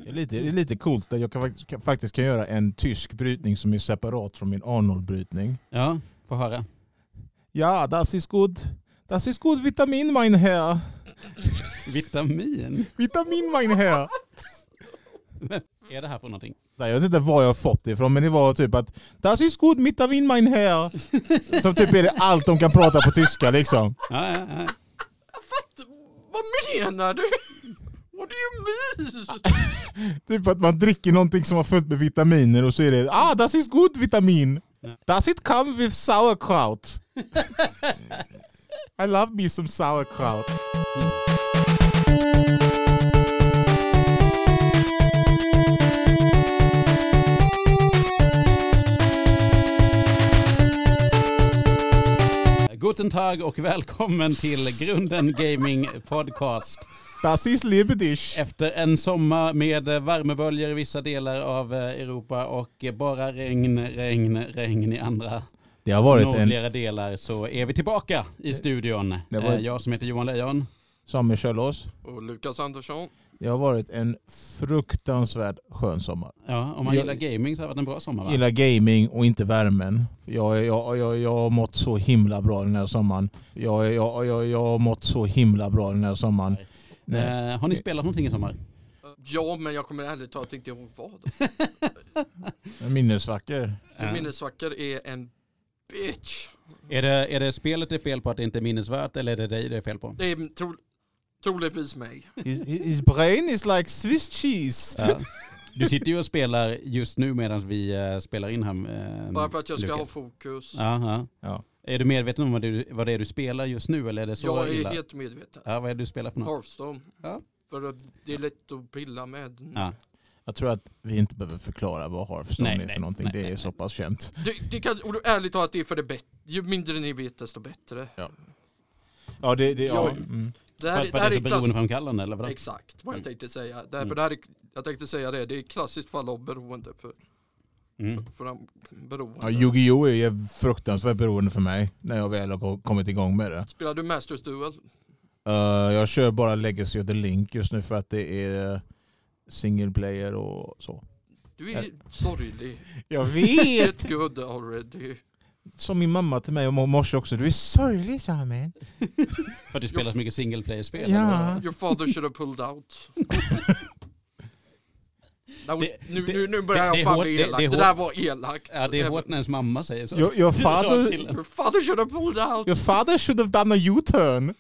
Det är lite coolt att jag faktiskt kan göra en tysk brytning som är separat från min Arnold-brytning. Ja, får höra. Ja, das ist gut. Das ist gut Vitamin, mein Herr. Vitamin? Vitamin, mein Herr. Är det här för någonting? Nej, jag vet inte var jag har fått det ifrån, men det var typ att das ist gut Vitamin, mein Herr. Som typ är det allt de kan prata på tyska liksom. Ja. Vad menar du? What do you mean? Typ att man dricker någonting som har fullt med vitaminer och så är det das ist gut Vitamin. Das ist come with sauerkraut. I love me some sauerkraut. Guten Tag och välkommen till Grunden Gaming Podcast. Das ist Lebedisch. Efter en sommar med värmeböljor i vissa delar av Europa och bara regn i andra Det har varit nordligare delar, så är vi tillbaka i studion. Jag som heter Johan Lejon. Samuel Kjellås. Och Lukas Andersson. Det har varit en fruktansvärd skön sommar. Ja, om man gillar gaming så har det varit en bra sommar, va? Gillar gaming och inte värmen. Jag har mått så himla bra den här sommaren. Jag har mått så himla bra den här sommaren. Har ni spelat någonting i sommar? Ja, men jag kommer ärligt talat inte ihåg vad. Minnesvacker. Minnesvacker är en bitch. Är det spelet det är fel på att det inte är minnesvärt, eller är det dig det är fel på? Det är troligtvis mig. His brain is like Swiss cheese. Ja. Du sitter ju och spelar just nu medan vi spelar in här. Bara för att jag ska Lukas. ha fokus. Ja. Är du medveten om vad det är du spelar just nu, eller är det så Jag är illa? helt medveten. Ja, vad är det du spelar för något? Hearthstone. Ja. För att det är lätt att pilla med. Ja. Jag tror att vi inte behöver förklara vad Hearthstone är för någonting. Det är så pass känt. Det kan, och ärligt talat, det är för det bättre. Ju mindre ni vet, desto bättre. Ja, Ja, Det för här För att det är så beroendeframkallande, eller vadå? Exakt, vad jag tänkte säga. Därför jag tänkte säga det är ett klassiskt fall av beroende för de beroende. Ja, Yu-Gi-Oh är ju fruktansvärt beroende för mig när jag väl har kommit igång med det. Spelar du Masters Duel? Jag kör bara Legacy of the Link just nu för att det är single player och så. Du är sorglig. Jag vet! Get good already. Som min mamma till mig och morse också. Du är sorglig, Samuel. För att du spelar så mycket single player-spel? Ja. Your father should have pulled out. Nu börjar jag fan bli elak. Det där var elakt. Ja, det är hårt när ens mamma säger så. Your father should have pulled out. Your father should have done a U-turn.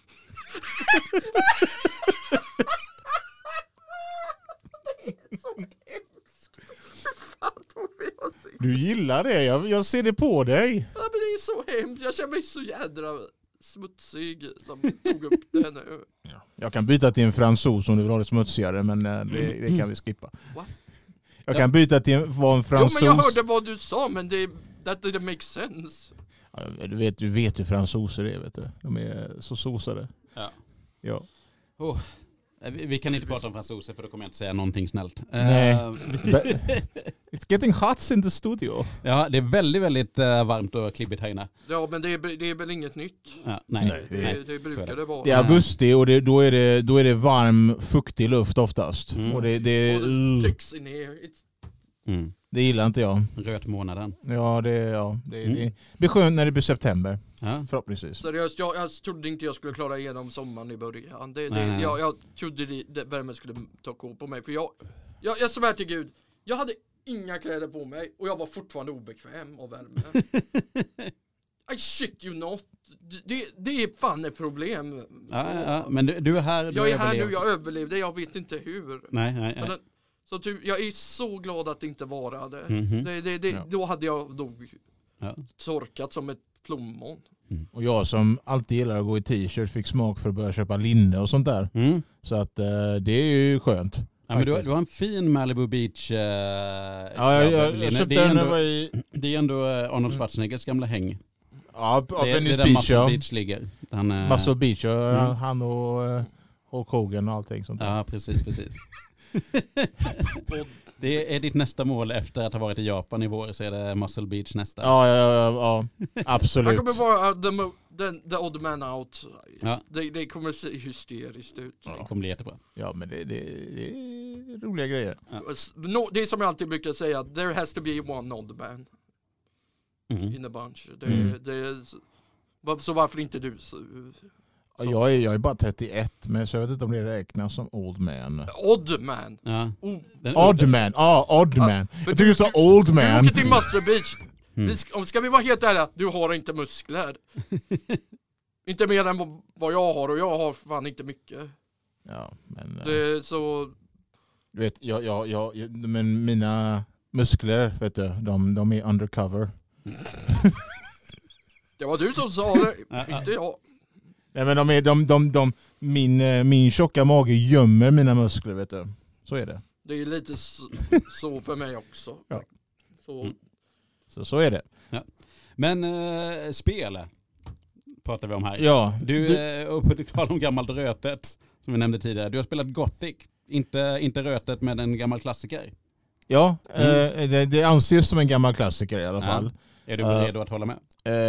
Du gillar det, jag ser det på dig. Ja, men det är så hemskt. Jag känner mig så jädra smutsig som tog upp det nu. Ja. Jag kan byta till en fransos om du vill ha det smutsigare, men det kan vi skippa. What? Jag kan byta till en fransos. Jo, men jag hörde vad du sa, men that didn't make sense. Ja, du vet hur fransoser är, vet du. De är så sosade. Ja. Vi kan inte prata om fransoser, för då kommer jag inte säga någonting snällt. Nej. It's getting hot in the studio. Ja, det är väldigt, väldigt varmt och klibbigt här inne. Ja, men det är väl inget nytt. Ja, nej. Det brukar det vara. Det är augusti och då är det varm, fuktig luft oftast. Och det gillar inte jag. Rötmånaden. Ja, det blir skönt när det blir september. Ja. Förhoppningsvis. Seriöst, jag trodde inte jag skulle klara igenom sommaren i början. Jag trodde värmen skulle ta kål på mig. För jag svär till Gud, jag hade inga kläder på mig och jag var fortfarande obekväm av värmen. I shit you not. Det är fan ett problem. Ja, men du är här. Jag är här nu, jag överlevde. Jag vet inte hur. Nej. Så jag är så glad att det inte varade. Då hade jag nog torkat som ett plommon. Och jag som alltid gillar att gå i t-shirt fick smak för att börja köpa linne och sånt där. Så att det är ju skönt. Ja, men du har en fin Malibu Beach. Jag köpte den när jag var i... Det är ändå Arnold Schwarzeneggers gamla häng. Ja, Venice Beach. Muscle Beach ligger. Muscle Beach, han och Hulk Hogan och allting sånt där. Ja, precis. Det är ditt nästa mål efter att ha varit i Japan i vår, så är det Muscle Beach nästa. Ja, absolut. Han kommer vara the odd man out. Det kommer se hysteriskt ut. Det kommer bli jättebra. Ja, men det är roliga grejer. Det är som jag alltid brukar säga, there has to be one odd man in a bunch. Så varför inte du? Jag är bara 31, men så jag vet inte om det räknas som old man. Odd man? Ja. Odd man. Odd man. Jag tycker du sa old man. Du åker till Muscle Beach. Ska vi vara helt ärliga, du har inte muskler. Inte mer än vad jag har, och jag har fan inte mycket. Ja, men... Det är så... Du vet, men mina muskler, vet du, de är undercover. Det var du som sa det, inte jag. Nej, men min tjocka mage gömmer mina muskler, vet du. Så är det. Det är lite så för mig också. Ja. Så är det. Ja. Men spel pratar vi om här. Ja. Du är uppe om gammalt rötet, som vi nämnde tidigare. Du har spelat Gothic, inte rötet med en gammal klassiker. Ja, det anses som en gammal klassiker i alla fall. Är du redo att hålla med?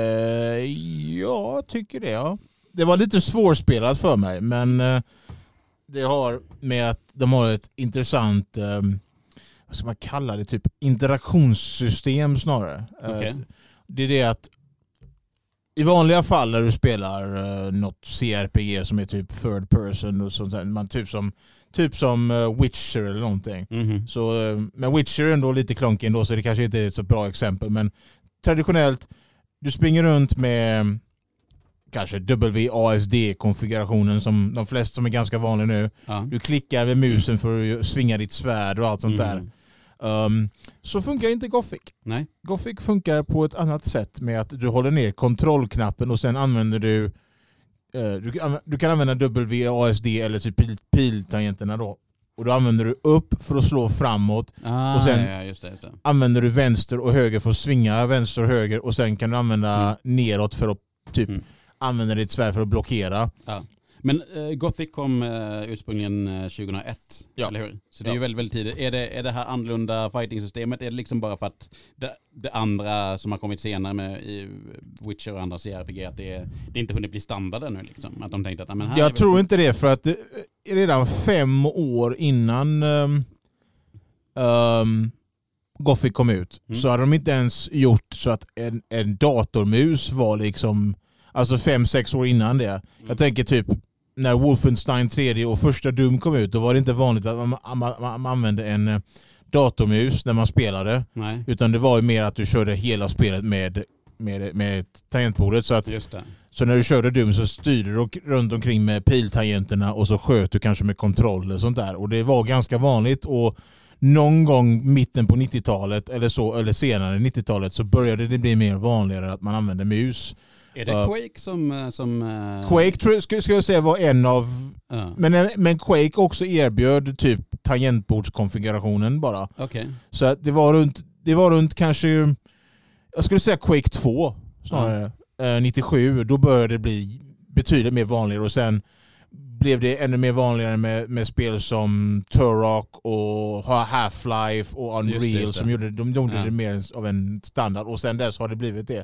Jag tycker det, ja. Det var lite svårspelat för mig, men det har med att de har ett intressant, vad ska man kalla det, typ interaktionssystem snarare. Okay. Det är det att i vanliga fall när du spelar något CRPG som är typ third person och sånt där, man typ som Witcher eller någonting. Mm-hmm. Så men Witcher är ändå lite klonkig ändå, så det kanske inte är ett så bra exempel, men traditionellt du springer runt med kanske WASD-konfigurationen som de flesta som är ganska vanlig nu. Ja. Du klickar med musen för att svinga ditt svärd och allt sånt där. Så funkar inte Gothic. Nej. Gothic funkar på ett annat sätt med att du håller ner kontrollknappen och sen använder du kan använda WASD eller typ piltangenterna då. Och då använder du upp för att slå framåt. Och sen just det. Använder du vänster och höger för att svinga vänster och höger. Och sen kan du använda neråt för att typ använda ditt svärd för att blockera. Ja. Men Gothic kom ursprungligen 2001, eller hur? Så det är ju väldigt, väldigt tidigt. Är det här annorlunda fighting-systemet? Är det liksom bara för att det andra som har kommit senare med i Witcher och andra CRPG, att det inte hunnit bli standarden nu liksom? Att de tänkte att men här jag tror inte det, för att redan 5 år innan Gothic kom ut så hade de inte ens gjort så att en datormus var liksom, alltså 5-6 år innan det. Jag tänker typ när Wolfenstein 3D och första Doom kom ut, då var det inte vanligt att man använde en datormus när man spelade. Nej. Utan det var ju mer att du körde hela spelet med tangentbordet. Så, just det. Så när du körde Doom så styrde du runt omkring med piltangenterna och så sköt du kanske med kontroller och sånt där. Och det var ganska vanligt, och någon gång mitten på 90-talet eller senare 90-talet så började det bli mer vanligare att man använde mus. Är det Quake som Quake skulle jag säga var en av... Men Quake också erbjöd typ tangentbordskonfigurationen bara. Okay. Så att det var runt kanske... Jag skulle säga Quake 2 snarare. 97. Då började det bli betydligt mer vanligare. Och sen blev det ännu mer vanligare med spel som Turok och Half-Life och Unreal som gjorde det mer av en standard. Och sen dess har det blivit det.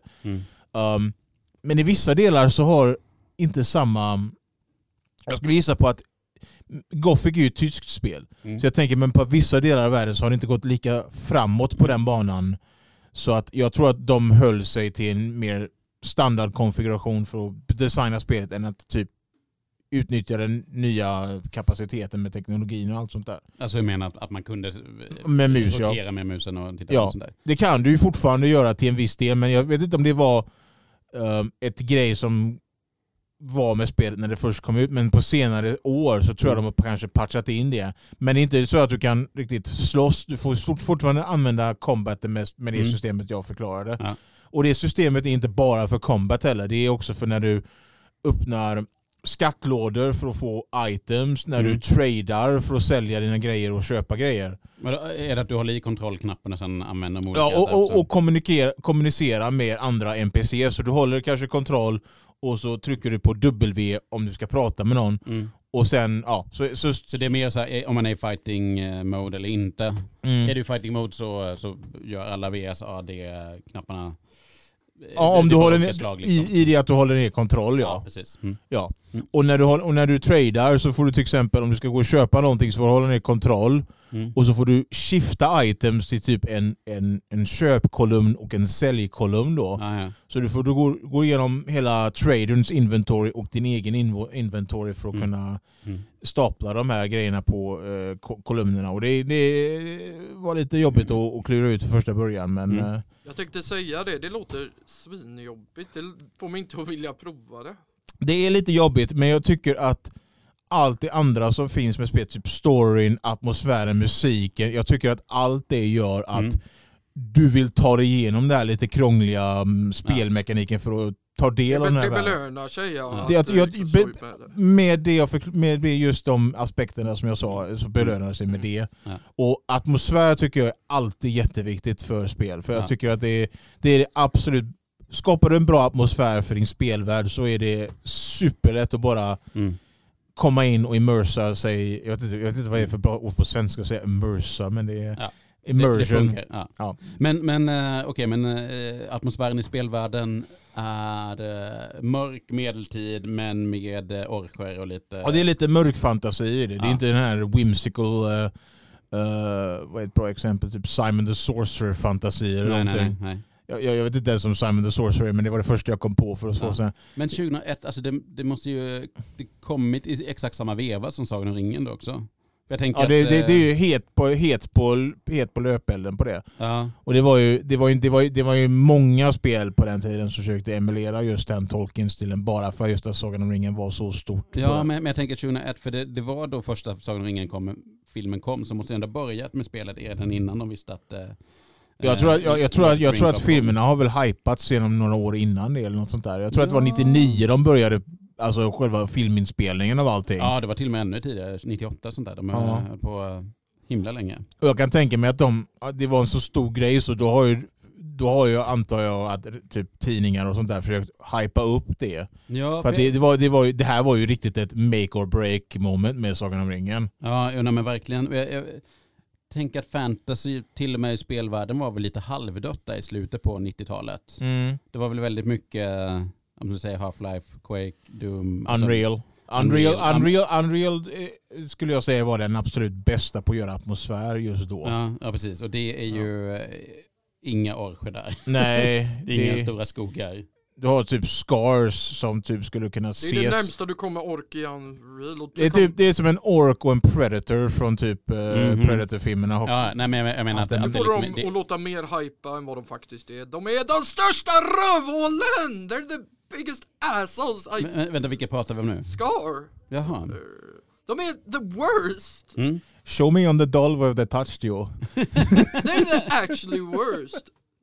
Men i vissa delar så har inte samma... Jag skulle gissa på att Gothic är ju ett tyskt spel. Så jag tänker, men på vissa delar av världen så har det inte gått lika framåt på den banan. Så att jag tror att de höll sig till en mer standardkonfiguration för att designa spelet än att typ utnyttja den nya kapaciteten med teknologin och allt sånt där. Alltså jag menar att man kunde med mus, rotera med musen och titta på sånt där. Det kan du ju fortfarande göra till en viss del, men jag vet inte om det var ett grej som var med spelet när det först kom ut, men på senare år så tror jag de har kanske patchat in det. Men det är inte så att du kan riktigt slåss. Du får fortfarande använda combaten med det systemet jag förklarade. Ja. Och det systemet är inte bara för combat heller. Det är också för när du öppnar skattlådor för att få items, när du tradar för att sälja dina grejer och köpa grejer. Men är det att du håller i kontrollknappen och sen använder de olika... Ja, och kommunicera med andra NPC. Så du håller kanske kontroll och så trycker du på W om du ska prata med någon. Och sen, ja. Så det är mer så här, om man är i fighting mode eller inte. Är du i fighting mode så gör alla VSAD-knapparna om du håller ner, slag, liksom. i det att du håller ner kontroll, Ja, precis. Ja. Och när du tradar så får du till exempel, om du ska gå och köpa någonting så får du hålla ner kontroll. Och så får du skifta items till typ en köpkolumn och en säljkolumn då. Ja. Så du får gå igenom hela traderns inventory och din egen inventory för att kunna stapla de här grejerna på kolumnerna. Och det var lite jobbigt att klura ut för första början, men... Jag tänkte säga det låter svinjobbigt. Det får mig inte att vilja prova det. Det är lite jobbigt, men jag tycker att allt det andra som finns med spel, typ storyn, atmosfären, musiken, jag tycker att allt det gör att du vill ta dig igenom det här lite krångliga spelmekaniken för att ta del av den här världen. Det belönar sig, med just de aspekterna som jag sa, så belönar sig med det. Ja. Och atmosfär tycker jag är alltid jätteviktigt för spel. För jag tycker att det är absolut... Skapar du en bra atmosfär för din spelvärld så är det superlätt att bara komma in och immersa sig. Jag vet inte vad det är för bra ord på svenska att säga immersa, men det är immersion. Det ja. Men atmosfären i spelvärlden är mörk medeltid men med orcher och lite... Ja, det är lite mörk fantasi i det. Det är inte den här whimsical... vad är ett bra exempel? Typ Simon the Sorcerer fantasi eller någonting. Nej. Jag vet inte ens som Simon the Sorcerer, men det var det första jag kom på för att få säga. Men 2001, alltså det måste ju kommit i exakt samma veva som Sagan om ringen då också. Jag tänker det är ju het på löpelden på det. Ja. Och det var ju många spel på den tiden som försökte emulera just den Tolkien-stilen bara för just att Sagan om ringen var så stort. Ja, men jag tänker 2001, för det var då första Sagan om ringen filmen kom, så måste ändå börjat med spelet redan innan de visste att... Jag tror att filmerna har väl hypats genom några år innan det eller något sånt där. Jag tror att det var 99 de började, alltså själva filminspelningen av allting. Ja, det var till och med ännu tidigare, 98 sånt där. De höll på himla länge. Och jag kan tänka mig att det var en så stor grej, så då har ju antar jag att typ tidningar och sånt där försökt hypa upp det. Ja, för det här var ju riktigt ett make or break moment med Sagan om ringen. Ja, men verkligen. Jag tänker att fantasy till och med i spelvärlden var väl lite halvdött där i slutet på 90-talet. Det var väl väldigt mycket, om du säger Half-Life, Quake, Doom... Unreal skulle jag säga var den absolut bästa på att göra atmosfär just då. Ja, precis. Och det är ju inga orcher där. Nej. Det är inga stora skogar. Du har typ Scars som typ skulle kunna ses... Det är det närmsta du kommer ork i Unreal. Det är som en ork och en predator från typ Predator-filmerna. Ja, nej, men jag menar att det får dem att låta mer hypa än vad de faktiskt är. De är de största rövhålen! They're the biggest assholes. Vänta, vilka pratar vi om nu? Scar. Jaha. De är the worst. Show me on the doll where they touched you. They're the actually worst.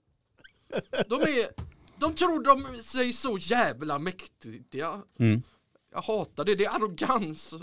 De tror de sig så jävla mäktiga. Jag hatar det. Det är arrogans.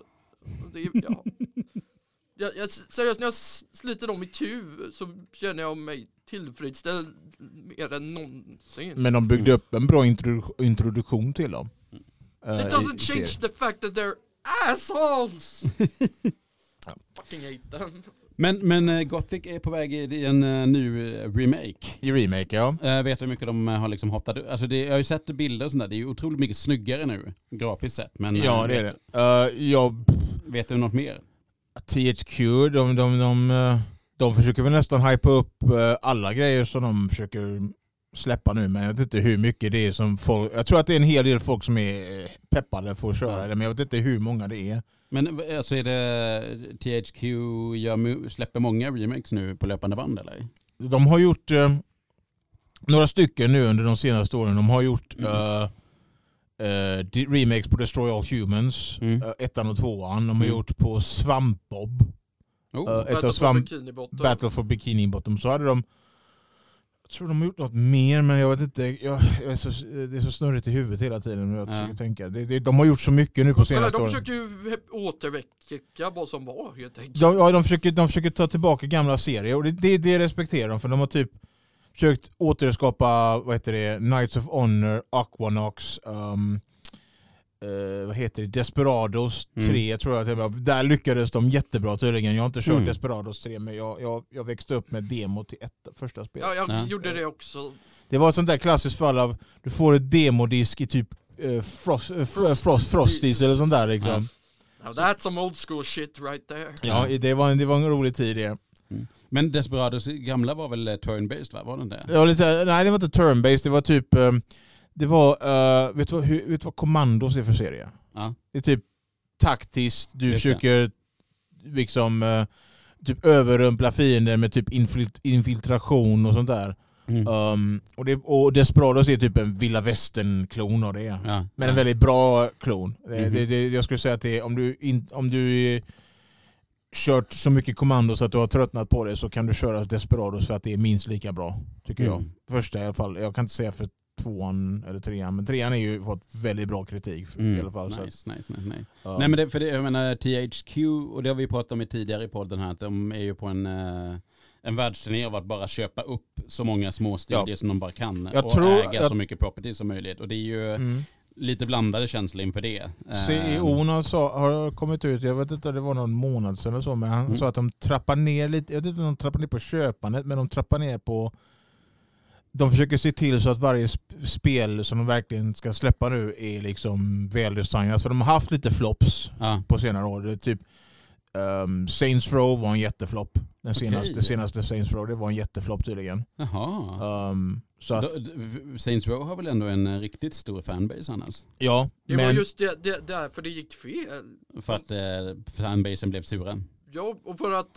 Jag seriöst, när jag sliter dem i tu så känner jag mig tillfredsställd mer än någonsin. Men de byggde upp en bra introduktion till dem. It doesn't change the fact that they're assholes. Fucking hate them. Men Gothic är på väg i en ny remake. I remake, ja. Vet du hur mycket de har liksom hotat? Alltså jag har ju sett bilder och sånt där. Det är ju otroligt mycket snyggare nu, grafiskt sett. Men, ja, det är det. Vet du något mer? THQ, de försöker väl nästan hypa upp alla grejer som de försöker släppa nu. Men jag vet inte hur mycket det är som folk... Jag tror att det är en hel del folk som är peppade för att köra det. Men jag vet inte hur många det är. Men alltså är det THQ släpper många remakes nu på löpande band eller? De har gjort några stycken nu under de senaste åren. De har gjort remakes på Destroy All Humans, 1 och 2. De har gjort på Svampbob. Battle for Bikini Bottom. Så hade de... Jag tror de har gjort något mer, men jag vet inte. Det är så snurrigt i huvudet hela tiden. Jag försöker tänka. De har gjort så mycket nu på senaste åren. De försöker ju återväcka vad som var, helt enkelt. De försöker ta tillbaka gamla serier. Och det respekterar de. För de har typ försökt återskapa, Knights of Honor, Aquanox, vad heter det? Desperados 3 tror jag. Där lyckades de jättebra tydligen. Jag har inte kört Desperados 3, men jag växte upp med demo till första spelet. Ja, jag gjorde det också. Det var ett sånt där klassiskt fall av du får ett demodisk i typ Frosties eller sånt där liksom. Now that's some old school shit right there. Ja, det var en rolig tid det. Men Desperados gamla var väl turn-based, va? Var den det? Ja, nej, det var inte turn-based. Det var typ det var vet du vad Commandos är för serie? Ja. Det är typ taktiskt. Du försöker liksom typ överrumpla fiender med typ infiltration och sånt där. Och Desperados är typ en Villa Västern-klon av det. Ja. Men en väldigt bra klon. Jag skulle säga att det är, om du kört så mycket kommando så att du har tröttnat på det, så kan du köra Desperados för att det är minst lika bra, tycker jag. Första i alla fall. Jag kan inte säga för 2:an eller 3:an, men 3:an är ju fått väldigt bra kritik i alla fall. Nice. Nej, men jag menar THQ, och det har vi pratat om tidigare i podden här, att de är ju på en världsturné av att bara köpa upp så många små studier som de bara kan äga så mycket property som möjligt. Och det är ju lite blandade känslor inför det. CEO har kommit ut, jag vet inte, det var någon månad sedan eller så, men han sa att de trappar ner lite, jag vet inte om de trappar ner på köpandet, men de trappar ner på, de försöker se till så att varje spel som de verkligen ska släppa nu är liksom väldesignat. För de har haft lite flops på senare år. Det är typ Saints Row var en jätteflopp. Det senaste Saints Row, det var en jätteflopp tydligen. Jaha. Så att, Saints Row har väl ändå en riktigt stor fanbase annars? Ja. Det var just det därför det gick fel. För att fanbasen blev sura? Ja, och för att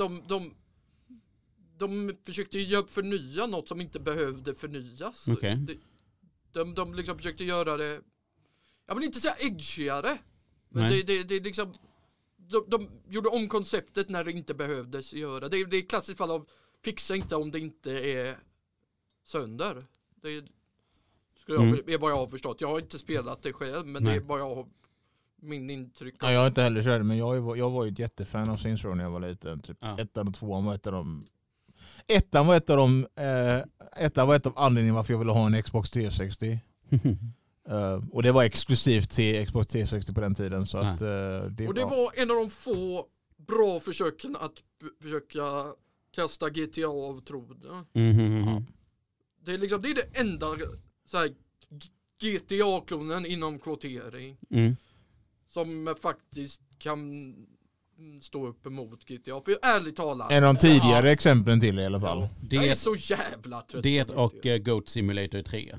de försökte ju förnya något som inte behövde förnyas. Okay. De liksom försökte göra det, jag vill inte säga edgigare, men det liksom, de gjorde om konceptet när det inte behövdes göra. Det är klassiskt fall av fixa inte om det inte är sönder. Det är vad jag har förstått. Jag har inte spelat det själv, men det är bara jag har min intryck. Ja, jag har inte heller kört, men jag var ju ett jättefan av Saints Row när jag var liten. Typ 1:an och 2:an var ett av dem. Ettan var ett av anledningarna varför jag ville ha en Xbox 360. Och det var exklusivt till Xbox 360 på den tiden. Så att, det var en av de få bra försöken att försöka kasta GTA av tronen. Det är liksom, det är det enda så här, GTA-klonen inom kvotering som faktiskt kan stå upp emot GTA. För ärligt talat, en av de tidigare exemplen till i alla fall. Jag är så jävla trött. Det och Goat Simulator 3.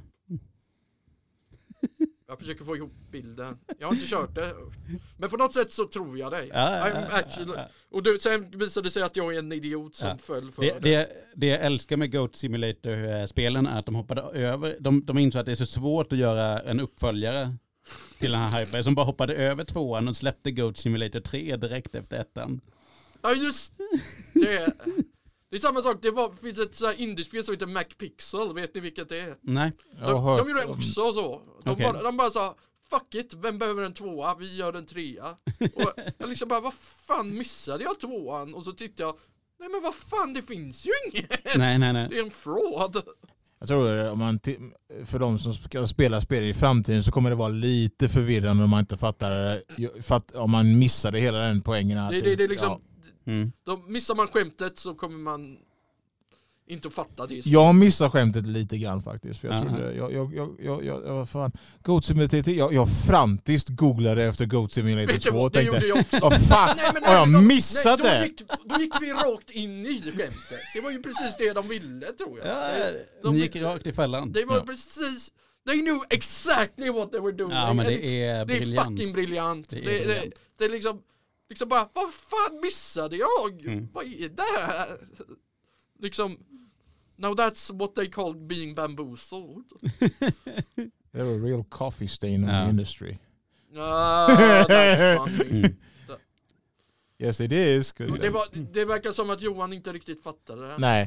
Jag försöker få ihop bilden. Jag har inte kört det. Men på något sätt så tror jag dig. Och sen visade det sig att jag är en idiot som föll för det jag älskar med Goat Simulator-spelen är att de hoppade över. De insåg att det är så svårt att göra en uppföljare till den här hyper, som bara hoppade över 2:an och släppte Goat Simulator 3 direkt efter 1:an. Ja, just det. Det är samma sak, finns ett så här indiespel som heter MacPixel, vet ni vilket det är? Nej. De gjorde också så. De bara sa, fuck it, vem behöver en 2:a? Vi gör en 3:a. Och jag liksom bara, vad fan missade jag 2:an? Och så tyckte jag, nej men vad fan, det finns ju inget. Nej. Det är en fraud. Jag tror om för de som ska spela spel i framtiden så kommer det vara lite förvirrande om man inte fattar om man missade hela den poängen. Det är liksom, då missar man skämtet så kommer man inte att fatta det. Jag missar skämtet lite grann faktiskt. För jag trodde, jag fan, Goat Simulator, jag frantiskt googlade efter Goat Simulator 2 och tänkte, det gjorde jag också. Vad fan, jag missade det. Då gick vi rakt in i skämtet. Det var ju precis det de ville, tror jag. De gick rakt i fällan. Det var precis, they knew exactly what they were doing. Ja, men det är briljant. Det är fucking briljant. Det är liksom bara, vad fan missade jag? Vad är det här? Liksom, now that's what they call being bamboozled. They're a real coffee stain in the industry. That's funny. Yes it is. Det verkar som att Johan inte riktigt fattade det. Nej.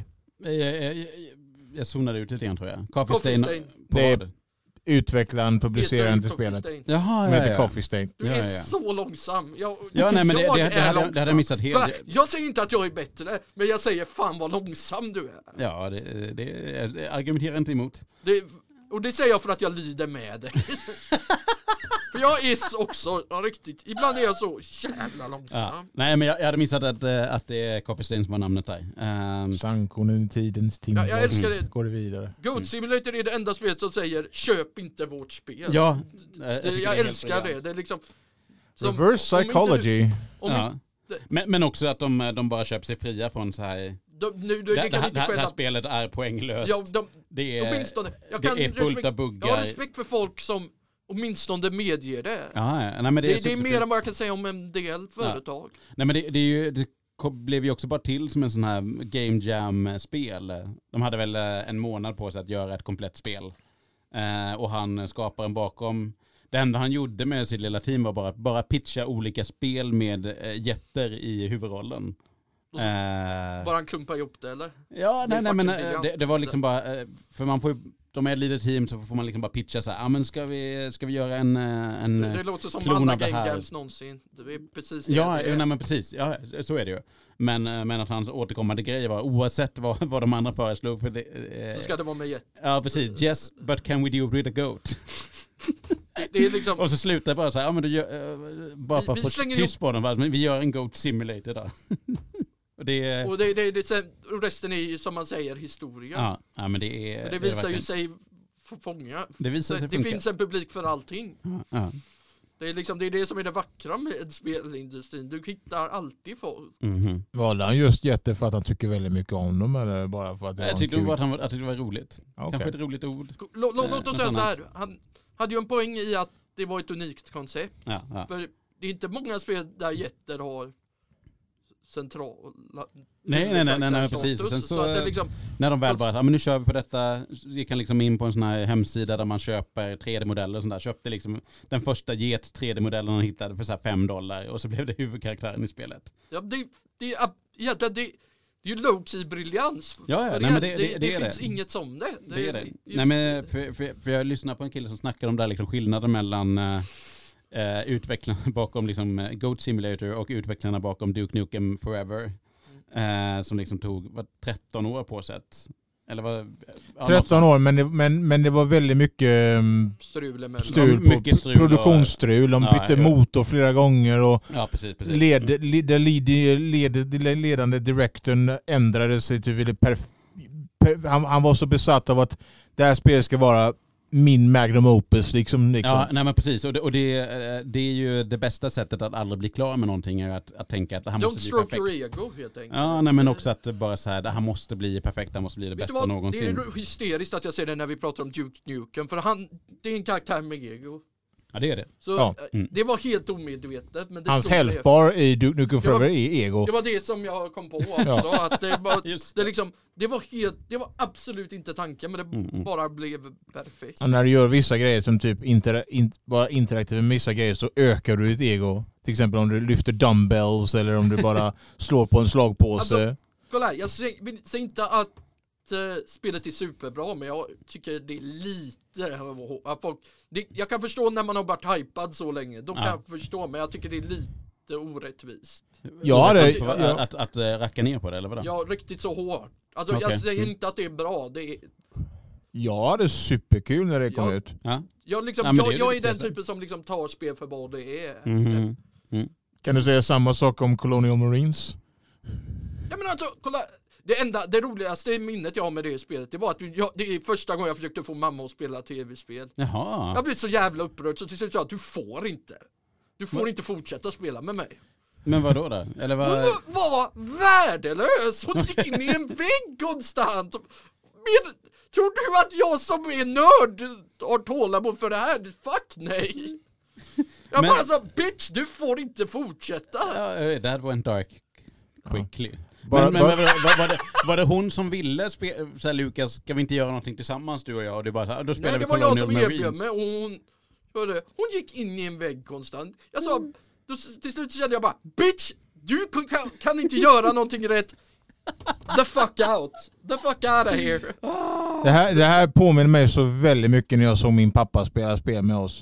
Jag zonade ut lite grann, tror jag. Coffee stain. Det är utvecklaren, publiceraren till spelet. Jaha, med Coffee Stain. Du är så långsam. Det hade jag missat helt. Jag säger inte att jag är bättre, men jag säger fan vad långsam du är. Ja, det argumenterar inte emot. Och det säger jag för att jag lider med dig. För jag är också riktigt, ibland är jag så jävla långsam. Ja. Nej, men jag hade missat att det är Coffee Stain som var namnet där. Sankonen i tidens timme. Jag älskar det. Går det vidare. Goat Simulator är det enda spelet som säger köp inte vårt spel. Ja. Jag älskar det. Det är liksom som, reverse psychology. Men också att de bara köper sig fria från så här. Det här spelet är poänglöst. Ja, det är fullt av buggar. Jag har respekt för folk som åtminstone medger det. Nej, men det är mer än vad jag kan säga om en del företag. Nej, men det blev ju också bara till som en sån här Game Jam-spel. De hade väl en månad på sig att göra ett komplett spel. Och han skaparen bakom. Det enda han gjorde med sitt lilla team var bara pitcha olika spel med jätter i huvudrollen. Bara han klumpar ihop det, eller? Ja, nej men det var liksom bara, för man får ju, de är ett litet team så får man liksom bara pitcha så här, men ska vi göra en det låter som alla Game Jams någonsin. Det är precis det. Nej men precis, ja, så är det ju. Men att hans återkommande grej var, oavsett vad de andra föreslog för det, så ska det vara med jätt. Ja, precis. Yes, but can we do it with a goat? Det är liksom, och så slutar bara så här, men du bara för att få tyst på dem, men vi gör en Goat Simulator där. och resten är ju som man säger historia. Ja, men det visar ju sig fånga. Det finns en publik för allting. Ja. Det är det som är det vackra med spelindustrin. Du hittar alltid folk. Valde han just jätte för att han tycker väldigt mycket om dem eller bara för att det var jag tyckte att det var roligt. Okay. Kanske ett roligt ord. Låt oss säga så här. Han hade ju en poäng i att det var ett unikt koncept. Ja. För det är inte många spel där jätter har centrala... Nej, precis. Sen så att det liksom, när de väl bara, men nu kör vi på detta, vi kan liksom in på en sån här hemsida där man köper 3D-modeller och sånt där. Köpte liksom den första get 3D-modellen han hittade för så här $5 och så blev det huvudkaraktären i spelet. Ja, det är ju low-key briljans. Ja, nej, men det finns inget som det. Det är det. Nej, men för jag lyssnar på en kille som snackar om där liksom skillnaden mellan utvecklarna bakom liksom Goat Simulator och utvecklarna bakom Duke Nukem Forever. Som liksom tog 13 år på sig. Eller vad, 13 år, men det var väldigt mycket produktionsstrul. De bytte motor flera gånger och precis. ledande directorn ändrade sig till han var så besatt av att det här spelet ska vara min magnum opus liksom. Ja, nej men precis. Och det är ju det bästa sättet att aldrig bli klar med någonting är att tänka att det här måste bli perfekt. Don't stroke your ego, helt enkelt. Ja, nej men också att bara så här, det här måste bli perfekt, det måste bli det bästa någonsin. Det är hysteriskt att jag ser det när vi pratar om Duke Nukem, för det är en karaktär med ego. Ja, det är det. Så det var helt omedvetet. Men det hans healthbar i Duke Nukem Forever är ego. Det var det som jag kom på också. Att det var absolut inte tanken, men det bara blev perfekt. Och när du gör vissa grejer som typ bara interaktiva med vissa grejer så ökar du ditt ego. Till exempel om du lyfter dumbbells eller om du bara slår på en slagpåse. Alltså, kolla, jag säger inte att spelet är superbra, men jag tycker det är lite jag kan förstå när man har varit hypad så länge. Då kan jag förstå, men jag tycker det är lite orättvist. Att racka ner på det, eller vad? Ja, riktigt så hårt. Alltså jag säger inte att det är bra. Ja, det är superkul när det kom ut. Ja. Jag är den typen som liksom tar spel för vad det är. Kan du säga samma sak om Colonial Marines? Ja, men alltså, kolla. Det roligaste minnet jag har med det spelet, det var att det är första gången jag försökte få mamma att spela tv-spel. Jaha. Jag blev så jävla upprörd så till slut sa att du får inte fortsätta spela med mig. Men vad då? Eller vad? Hon var värdelös. Hon gick in i en vägg konstant. Tror du att jag som är nörd har tålamod för det här? Fuck nej. Jag bara så, bitch, du får inte fortsätta. That went dark quickly. Men var det hon som ville så här, Lukas, ska vi inte göra någonting tillsammans du och jag? Och det bara, då spelar vi Colonial Marines. Det var jag som erbjöd mig. Hon gick in i en vägg konstant. Jag sa, till slut kände jag bara, bitch, du kan inte göra någonting rätt. The fuck out of here. Det här påminner mig så väldigt mycket när jag såg min pappa spela spel med oss.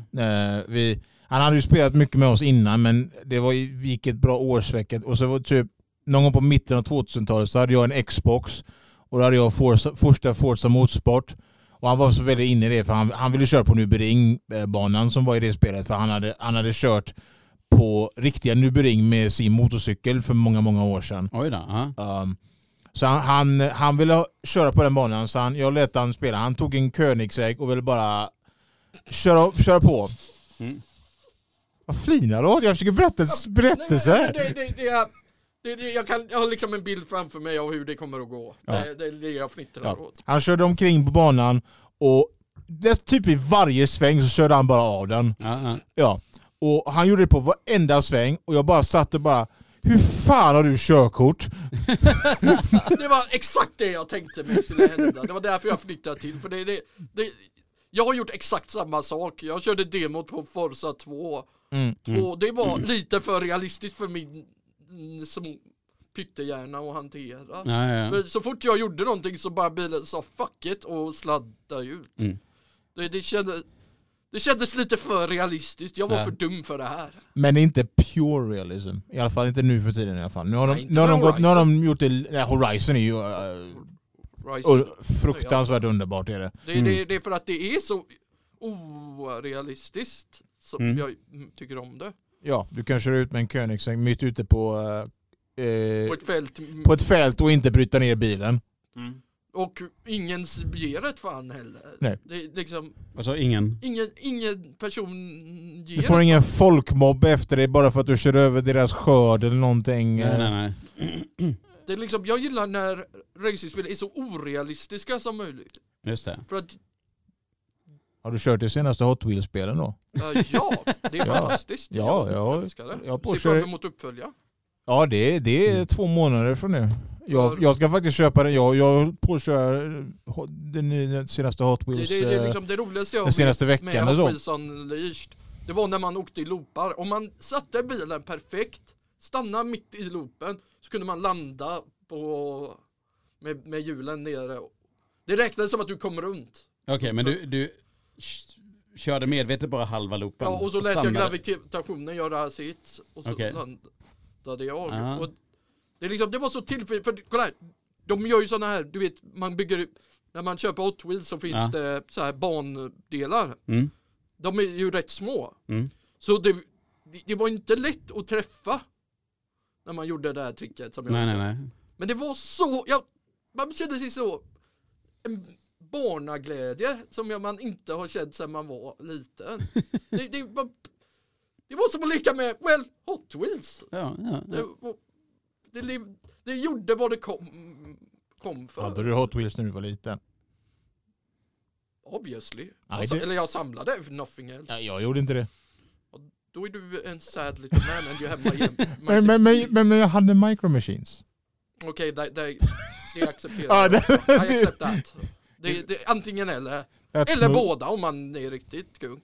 Han hade ju spelat mycket med oss innan, men det gick ett bra årsvecka. Och så var typ någon gång på mitten av 2000-talet så hade jag en Xbox och då hade jag första Forza Motorsport. Och han var så väldigt inne i det, för han ville köra på Nürburgring-banan som var i det spelet. För han hade kört på riktiga Nürburgring med sin motorcykel för många, många år sedan. Oj då, så han ville köra på den banan, så jag lät han spela. Han tog en Koenigsegg och ville bara köra på. Vad flinar du åt? Jag försöker berätta en berättelse. Jag har liksom en bild framför mig av hur det kommer att gå. Ja. Det är det jag fnittrar åt. Han körde omkring på banan och typ i varje sväng så körde han bara av den. Ja. Och han gjorde det på varenda sväng och jag bara satt och bara, hur fan har du körkort? Det var exakt det jag tänkte mig skulle hända. Det var därför jag flyttade till. För jag har gjort exakt samma sak. Jag körde demot på Forza 2. Det var lite för realistiskt för min som pyttehjärna att hantera. För så fort jag gjorde någonting så bara bilen sa fuck it och sladdade ut. Det kändes lite för realistiskt. Jag var för dum för det här. Men inte pure realism. I alla fall inte nu för tiden i alla fall. Nu har de gjort det. Horizon är ju fruktansvärt underbart är det. Det är för att det är så orealistiskt som jag tycker om det. Ja, du kan köra ut med en Koenigsegg mitt ute på ett fält och inte bryta ner bilen. Och ingen ger ett fan heller. Nej. Det är liksom, alltså ingen person ger. Du får ingen folkmobb efter dig bara för att du kör över deras skörd eller någonting. Nej. Det är liksom, jag gillar när racingspel är så orealistiska som möjligt. Just det. För att, har du kört det senaste Hot Wheels-spelen då? Ja, det är fantastiskt. Jag ser fram emot uppfölja. Ja, det är 2 månader från nu. Jag ska faktiskt köpa den. Jag på att köra den senaste Hot Wheels. Det är liksom det roligaste jag den senaste veckan med Hot Wheels Unleashed. Det var när man åkte i loopar. Om man satte bilen perfekt, stanna mitt i loopen, så kunde man landa med hjulen nere. Det räknades som att du kom runt. Okej, men du körde medvetet bara halva loopen. Ja, och så lät jag gravitationen göra sitt. Och så landade jag. Och det var så tillfälligt. För kolla här, de gör ju såna här, du vet, man bygger, när man köper Hot Wheels så finns det så här bandelar. De är ju rätt små. Så det var inte lätt att träffa när man gjorde det här tricket som jag gjorde. Nej. Men det var så, man kände sig så en barnaglädje som man inte har känt sedan man var liten. Det var som att leka med, Hot Wheels. Ja. Det gjorde vad det kom för. Hade du Hot Wheels när du var liten? Obviously. Eller jag samlade nothing else. Ja, jag gjorde inte det. Då är du en sad little man and you have men jag hade Micro Machines. Okej, det accepterar jag. I accept that. Det är antingen eller båda om man är riktigt kung.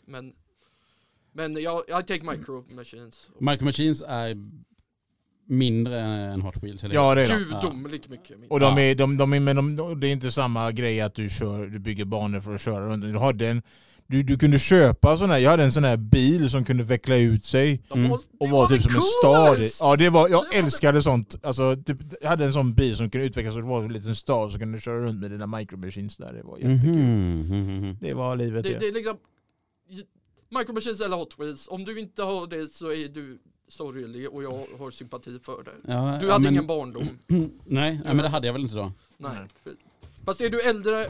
Men jag take Micro Machines. Micro Machines är mindre än Hot Wheels. Eller? Ja, det är gudomligt mycket mindre. Och det är inte samma grej att du bygger banor för att köra runt. Du kunde köpa sån här, jag hade en sån här bil som kunde veckla ut sig och var typ som en stad. Ja, jag älskade sånt. Alltså, jag hade en sån bil som kunde utvecklas och det var en liten stad som kunde köra runt med dina Micro Machines där. Det var jättekul. Det var livet det. Det är liksom Micro Machines eller Hot Wheels. Om du inte har det så är du sorglig och jag har sympati för det. Du hade ingen barndom. Nej, men det hade jag väl inte då. Nej. Fast är du äldre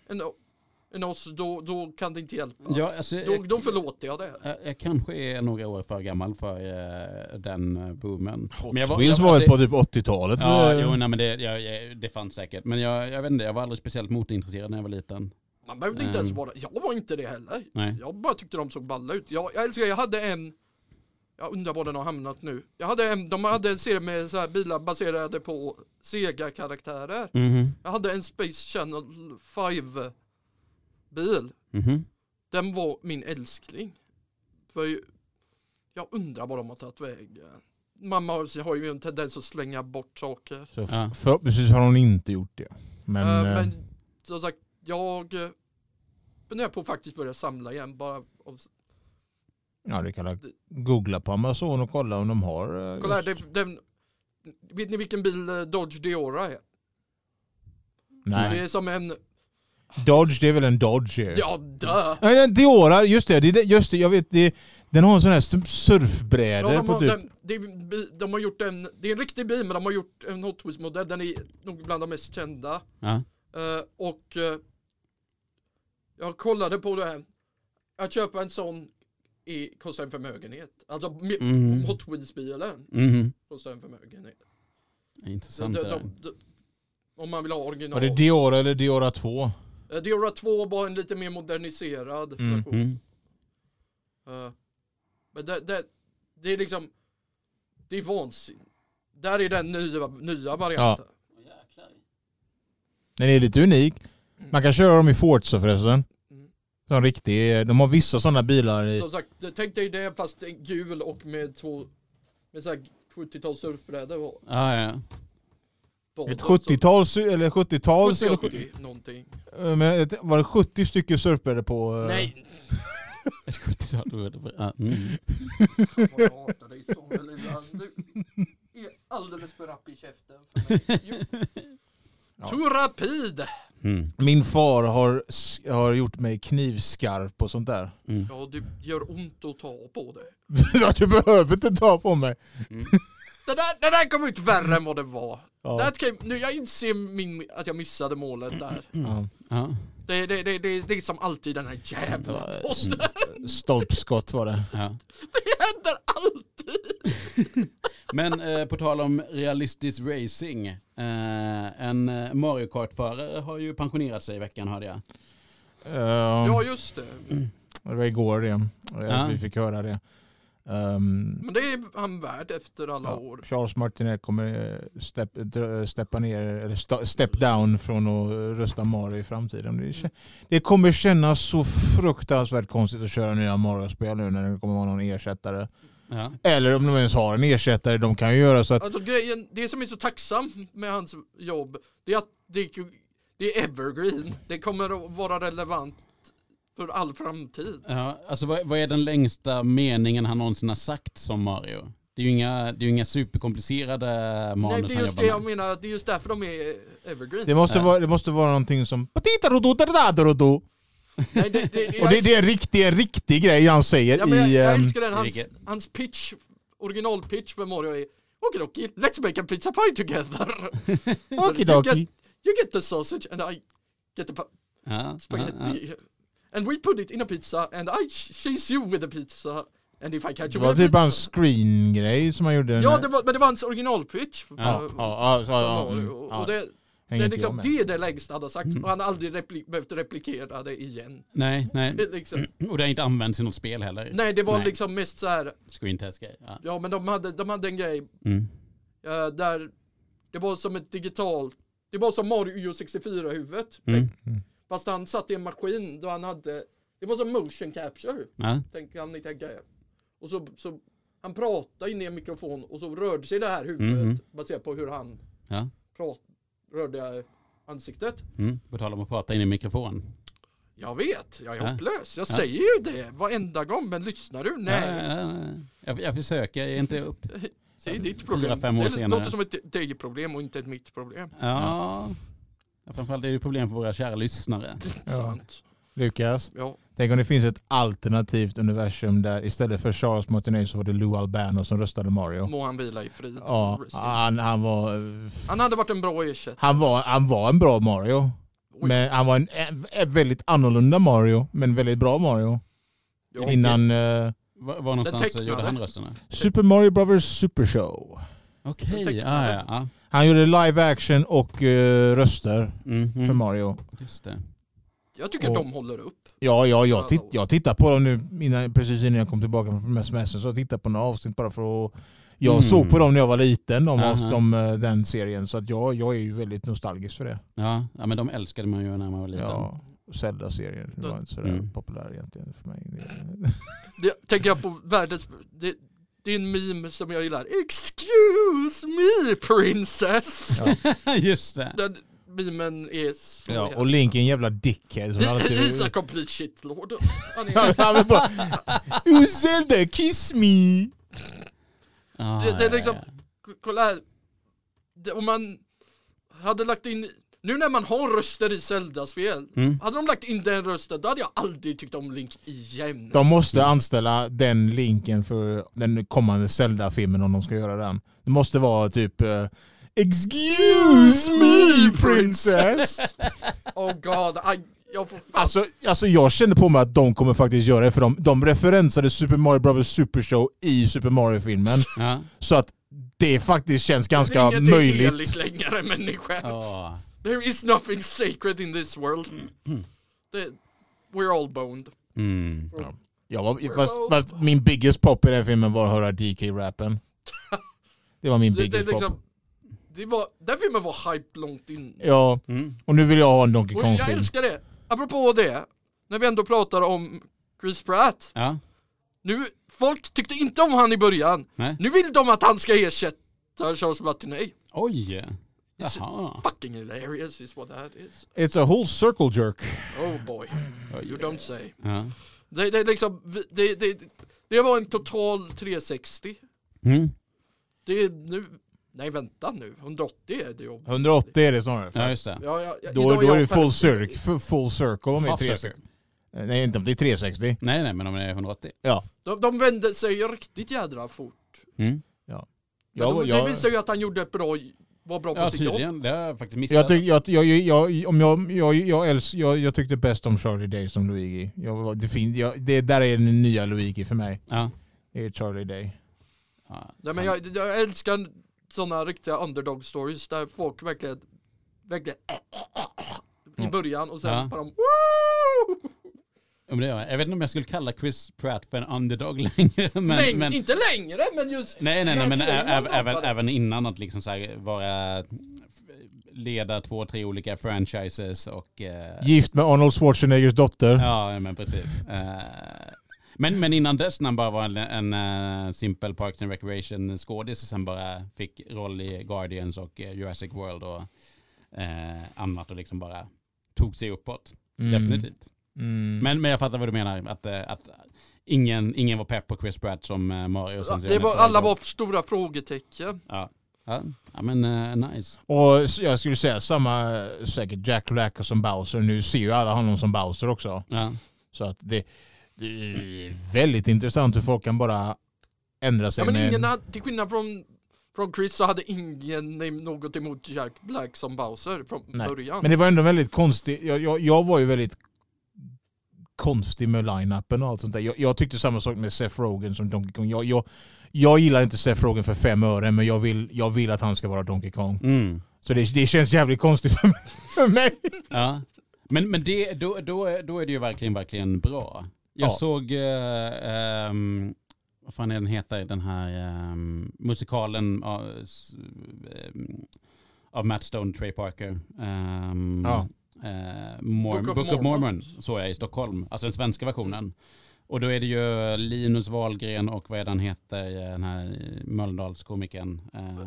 än oss, då kan det inte hjälpa. Ja, alltså, då förlåter jag det. Jag kanske är några år för gammal för den boomen. Hot Wheels var ju på typ 80-talet. Men det fanns säkert. Men jag vet inte, jag var aldrig speciellt motorintresserad när jag var liten. Man behövde inte ens vara. Jag var inte det heller. Nej. Jag bara tyckte de såg balla ut. Jag hade en. Jag undrar var den har hamnat nu. De hade en serie med så här bilar baserade på Sega-karaktärer. Jag hade en Space Channel 5 bil. Den var min älskling. För jag undrar vad de har tagit väg. Mamma har ju en tendens att slänga bort saker. Så förhoppningsvis har hon inte gjort det. Men som sagt, jag funderar på att faktiskt börja samla igen. Bara ja, det kan googla på Amazon och kolla om de har. Kolla här, vet ni vilken bil Dodge Diora är? Nej. Det är som en Dodge, det är väl en Dodge? Ja, dö! Nej, en Diora, just det, jag vet det. Den har en sån här surfbräda Ja, på typ. de har gjort det är en riktig bil, men de har gjort en Hot Wheels-modell. Den är nog bland de mest kända. Ja. Jag kollade på det här. Att köpa en sån kostar en förmögenhet. Alltså Hot Wheels-bilen kostar en förmögenhet. Intressant. Om man vill ha original. Var det Diora eller Diora 2? Diora 2 var en lite mer moderniserad version. Men det är liksom, det är vansinnigt. Där är den nya varianten. Ja. Den är lite unik. Man kan köra dem i Forza förresten. Som riktig, de har vissa sådana bilar i... Som sagt, tänk dig det fast gul och med så här 70-tals surfbrädor. Ja. Ett 70-tals eller 70-tals 70 någonting. Men var det 70 stycken surfbrädor på? Nej. Ett 70-tal. Jag hatar dig så Du är alldeles för rapp i käften för mig. Too rapid. Min far har gjort mig knivskarp och sånt där. Ja, det gör ont att ta på det. Du behöver inte ta på mig. Det där kom ut värre än vad det var. Ja. Nu jag inser att jag missade målet där. Ja. Det är som alltid den här jävla posten. Stolpskott var det. Ja. Det händer alltid. Men på tal om realistisk racing. En Mario Kart-förare har ju pensionerat sig i veckan, hörde jag. Ja, just det. Det var igår det. Vi fick höra det. Men det är han värd efter alla år. Charles Martinet kommer step down från att rösta Mario i framtiden. Det kommer kännas så fruktansvärt konstigt att köra nya Mario-spel nu när det kommer vara någon ersättare. Ja. Eller om de ens har en ersättare, de kan ju göra så att... Alltså, det som är så tacksamt med hans jobb, det är att det är evergreen. Det kommer att vara relevant för all framtid. Ja, alltså vad är den längsta meningen han någonsin har sagt som Mario? Det är ju inga superkomplicerade manus. Nej, det är just det jag menar. Det är just därför de är evergreen. Det måste vara någonting som... Nej, det är en riktig grej han säger. Ja, men jag älskar den. Hans pitch, originalpitch för Mario är Okidoki, let's make a pizza pie together. Okidoki. You get the sausage and I get the spaghetti. And we put it in a pizza and I chase you with the pizza. And if I catch you with det var typ en screen-grej som han gjorde. Ja, men det var hans originalpitch. Och det är det längsta han har sagt. Och han har aldrig behövt replikera det igen. Nej. Liksom. Och det har inte använts i något spel heller. Nej, det var liksom mest så här. Screen test-grej. Ja, men de hade en grej där det var som ett digitalt. Det var som Mario 64-huvudet. Fast han satt i en maskin då han hade. Det var som motion capture. Tänker han inte tänka. Och så han pratade in i en mikrofon och så rörde sig det här huvudet baserat på hur han rörde ansiktet. På tal om att prata in i mikrofon. Jag vet, jag är hopplös. Jag säger ju det varenda gång, men lyssnar du? Nej. Jag försöker, jag är inte upp. Det är ditt problem. 4-5 år senare. Det låter som ett eget problem och inte ett mitt problem. Ja. Framförallt är det problem för våra kära lyssnare. Sant. Lukas, tänk om det finns ett alternativt universum där istället för Charles Martinet så var det Lou Albano som röstade Mario. Må han vila i frid. Ja, han hade varit en bra ersättare. Han var en bra Mario. Men han var en väldigt annorlunda Mario, men väldigt bra Mario. Innan... Var någonstans gjorde han rösterna? Super Mario Brothers Super Show. Okej, ja. Han gjorde live action och röster för Mario. Just det. Jag tycker de håller upp. Jag tittar på dem nu precis innan jag kom tillbaka från SMS, så jag tittar på några avsnitt bara för att... Jag såg på dem när jag var liten, den serien, så att jag är ju väldigt nostalgisk för det. Ja, men de älskade man ju när man var liten. Ja, Zelda-serien var inte så populär egentligen för mig. Det tänker jag på världens... Det är en meme som jag gillar. Excuse me, princess! Ja. Just det. Den memen är så... Ja, och Link är en jävla dickhead. He's a complete shitlord. Zelda, kiss me! Det är liksom... Kolla här. Om man hade lagt in Nu när man har röster i Zelda-spel, hade de lagt in den rösten, då hade jag aldrig tyckt om Link igen. De måste anställa den Linken för den kommande Zelda-filmen om de ska göra den. Det måste vara typ Excuse me, princess! Oh god, Alltså jag kände på mig att de kommer faktiskt göra det, för de referensade Super Mario Bros. Super Show i Super Mario-filmen. Ja. Så att det faktiskt känns ganska möjligt. Det är inget längre, människa. There is nothing sacred in this world. We're all boned. Ja, fast min biggest pop i den filmen var att höra DK-rappen. Det var min biggest pop. Den filmen var hype långt in. Ja, och nu vill jag ha en Donkey Kong-film. Jag älskar det. Apropå det, när vi ändå pratar om Chris Pratt. Ja. Nu, folk tyckte inte om han i början. Nej. Nu vill de att han ska ersätta Charles Martinet. Oj. It's fucking hilarious is what that is. It's a whole circle jerk. Oh boy. You don't say. Ja. Det liksom det var en total 360. Det är nu. Nej, vänta nu. 180 är det ju. 180 är det snarare. Ja, just det. Då är det full circle med 360. Nej, inte om det är 360. Nej, men om det är 180. Ja. De vände sig riktigt jädra fort. Ja. Det visar ju att han gjorde ett var bra på sitt jobb. Det har jag faktiskt missat. Jag tyckte bäst om Charlie Day som Luigi. Det där är den nya Luigi för mig. Ja. Det är Charlie Day. Ja. Nej, men jag älskar sådana riktiga underdog stories där folk verkligen i början och sen bara jag vet inte om jag skulle kalla Chris Pratt för en underdog längre. Men inte längre, men just... Nej, men även innan att liksom så här vara leda 2-3 olika franchises och... Gift med Arnold Schwarzeneggers dotter. Ja, men precis. Men innan dess när han bara var en simpel Parks and Recreation skådis och sen bara fick roll i Guardians och Jurassic World och annat och liksom bara tog sig uppåt. Definitivt. Men jag fattar vad du menar, att ingen var pepp på Chris Pratt som Mario. Alla var stora frågetecken. Ja, men nice. Och jag skulle säga samma säkert Jack Black som Bowser. Nu ser ju alla honom som Bowser också. Ja. Så att det är väldigt intressant hur folk kan bara ändra sig. Ja, men ingen till skillnad från Chris så hade ingen något emot Jack Black som Bowser från början. Men det var ändå väldigt konstigt. Jag var ju väldigt konstig med line-upen och allt sånt där. Jag tyckte samma sak med Seth Rogen som Donkey Kong. Jag gillar inte Seth Rogen för 5 öre, men jag vill att han ska vara Donkey Kong. Så det känns jävligt konstigt för mig. Ja. Men då är det ju verkligen bra. Jag såg vad fan är den heter, den här musikalen av Matt Stone, Trey Parker. Book of Mormon såg jag i Stockholm, alltså den svenska versionen. Och då är det ju Linus Wahlgren och vad är den heter, den här Mölndalskomikern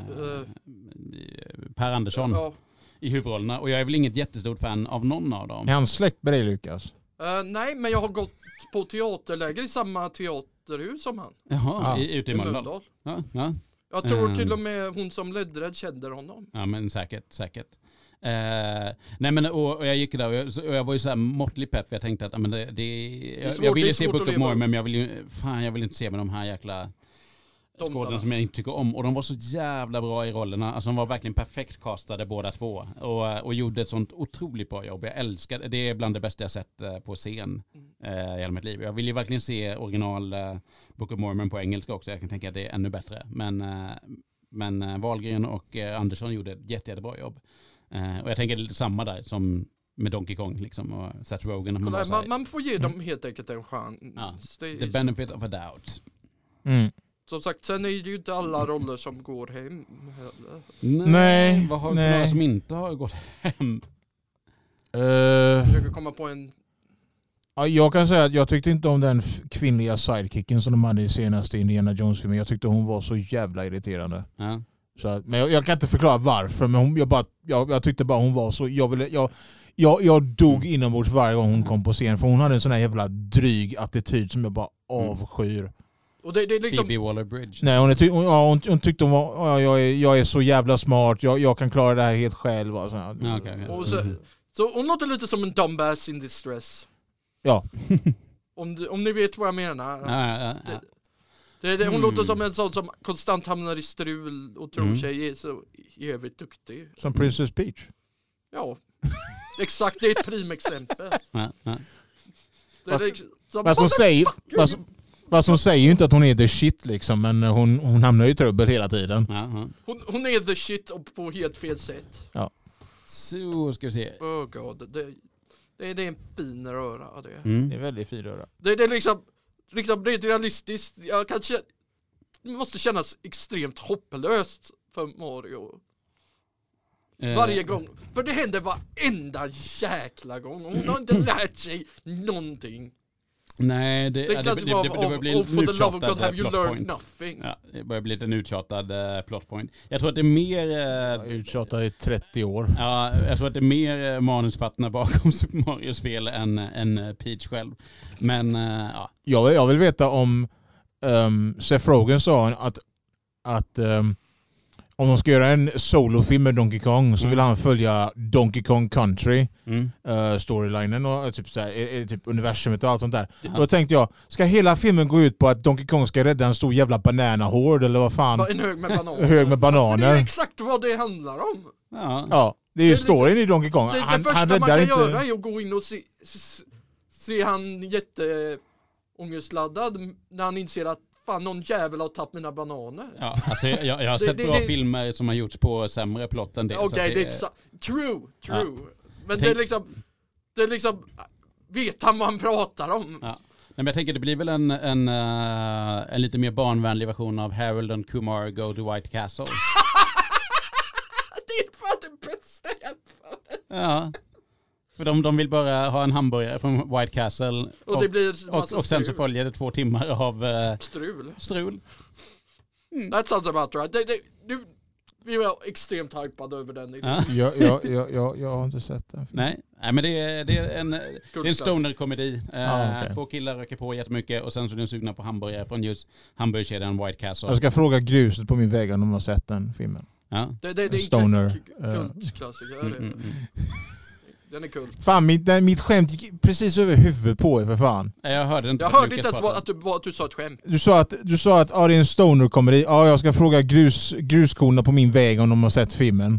Per Andersson i huvudrollerna. Och jag är väl inget jättestort fan av någon av dem. Är han släkt med dig, Lukas? Nej, men jag har gått på teaterläger i samma teaterhus som han. Jaha, ute i Mölndal. Ja. Jag tror till och med hon som ledde det kände honom. Ja, men säkert. Nej, men och jag gick där och jag var ju så här måttlig pepp, för jag tänkte att jag ville se Book of Mormon, men jag vill inte se med de här jäkla skådespelarna som jag inte tycker om. Och de var så jävla bra i rollerna. Alltså de var verkligen perfekt castade båda två. Och gjorde ett sånt otroligt bra jobb. Jag älskar det. Det är bland det bästa jag sett på scen i hela mitt liv. Jag vill ju verkligen se original Book of Mormon på engelska också. Jag kan tänka att det är ännu bättre. Men Wahlgren och Andersson gjorde ett jättebra jobb. Och jag tänker lite samma där som med Donkey Kong liksom, och Seth Rogen. Man får ge dem helt enkelt en chans. Ja, the benefit of a doubt. Som sagt, sen är det ju inte alla roller som går hem heller. Nej. Vad har vi några som inte har gått hem? Jag kan komma på en... Ja, jag kan säga att jag tyckte inte om den kvinnliga sidekicken som de hade i senaste Indiana Jones-filmen. Jag tyckte hon var så jävla irriterande. Ja. Så, men jag kan inte förklara varför, men jag tyckte bara hon var så... Jag dog inombords varje gång hon kom på scen, för hon hade en sån här jävla dryg attityd som jag bara avskyr. Och det är liksom... Phoebe Waller-Bridge. Nej, hon tyckte hon var, jag är så jävla smart, jag kan klara det här helt själv. Och så hon låter lite som en dumbass in distress. Ja. om ni vet vad jag menar. Hon låter som en sån som konstant hamnar i strul och tror sig är så evigt duktig. Som Princess Peach. Ja, exakt, det är ett primexempel. Fast hon säger ju inte att hon är the shit liksom, men hon hamnar i trubbel hela tiden. Hon är the shit på helt fel sätt. Ja. Så ska vi se. Oh god, det är en fin röra det. Det är väldigt fin röra. Det är liksom rent realistiskt. Det måste kännas extremt hopplöst för Mario. Varje gång. För det händer varenda jäkla gång. Hon har inte lärt sig någonting. Nej, det börjar bli en uttjatad plotpoint. Ja, det börjar bli en uttjatad plotpoint. Jag tror att det är mer... uttjatad i 30 år. Ja, jag tror att det är mer manusfattarna bakom Super Marios fel än Peach själv. Men, ja. Jag vill veta om Seth Rogen sa att om de ska göra en solofilm med Donkey Kong så vill han följa Donkey Kong Country storylinen och typ, så här, typ universumet och allt sånt där. Då tänkte jag, ska hela filmen gå ut på att Donkey Kong ska rädda en stor jävla bananahord eller vad fan? En hög med bananer. Hög med bananer. Det är exakt vad det handlar om. Ja, det är ju storyn i Donkey Kong. Det första man kan göra är att gå in och se han jätteångestladdad när han inser att fan, någon jävel har tagit mina bananer. Ja, alltså jag har sett bra filmer som har gjorts på sämre plott än det. Okej, det är true. Ja. Men det är liksom vet han vad han pratar om. Ja. Men jag tänker det blir väl en lite mer barnvänlig version av Harold and Kumar Go to White Castle. Det är fan det bästa jämförelsen. Ja. För de vill bara ha en hamburgare från White Castle och det blir och sen så följer det 2 timmar av strul. That sounds about right. Vi var extremt hypade över den idén. Jag har inte sett den. Nej, men det är en stoner-komedi. Okay. 2 killar röker på jättemycket och sen så är de sugna på hamburgare från just hamburgerkedjan White Castle. Jag ska fråga gruset på min väg om de har sett den filmen. Ja. Det är stoner. Kultklassiker. Den är kul. Fan, mitt skämt gick precis över huvudet på er för fan. Jag hörde inte ens att du sa ett skämt. Du sa att det är en stoner-komedi. Ja, jag ska fråga gruskorna på min väg om de har sett filmen.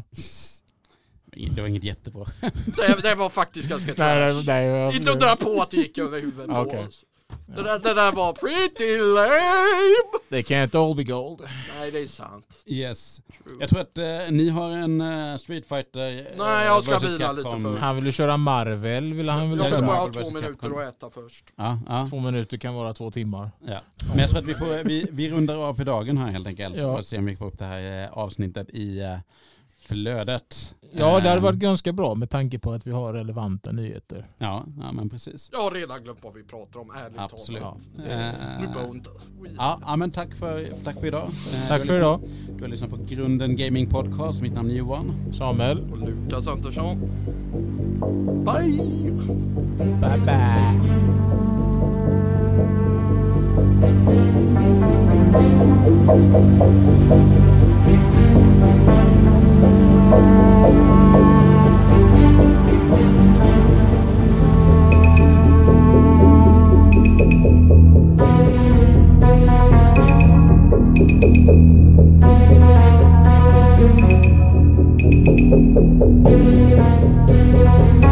Det var inget jättebra. Det var faktiskt ganska trash. Inte undra på att det gick över huvudet på oss. Det där var pretty lame. They can't all be gold. Nej, det är sant. Yes. True. Jag tror att ni har en Street Fighter. Nej, jag ska vila lite först. Han ville köra Marvel. Jag ska bara ha 2 minuter att äta först. Ja. 2 minuter kan vara 2 timmar. Ja. Men jag tror att vi rundar av för dagen här helt enkelt. Ja. Och se om vi får upp det här avsnittet i flödet. Ja, det hade varit ganska bra med tanke på att vi har relevanta nyheter. Ja men precis. Jag har redan glömt vad vi pratar om, ärligt talat. Absolut. Ja, men tack för idag. Tack för idag. Du har lyssnat på Grunden Gaming Podcast. Mitt namn är Johan. Samuel. Och Lukas Andersson. Bye! Bye bye! Thank you.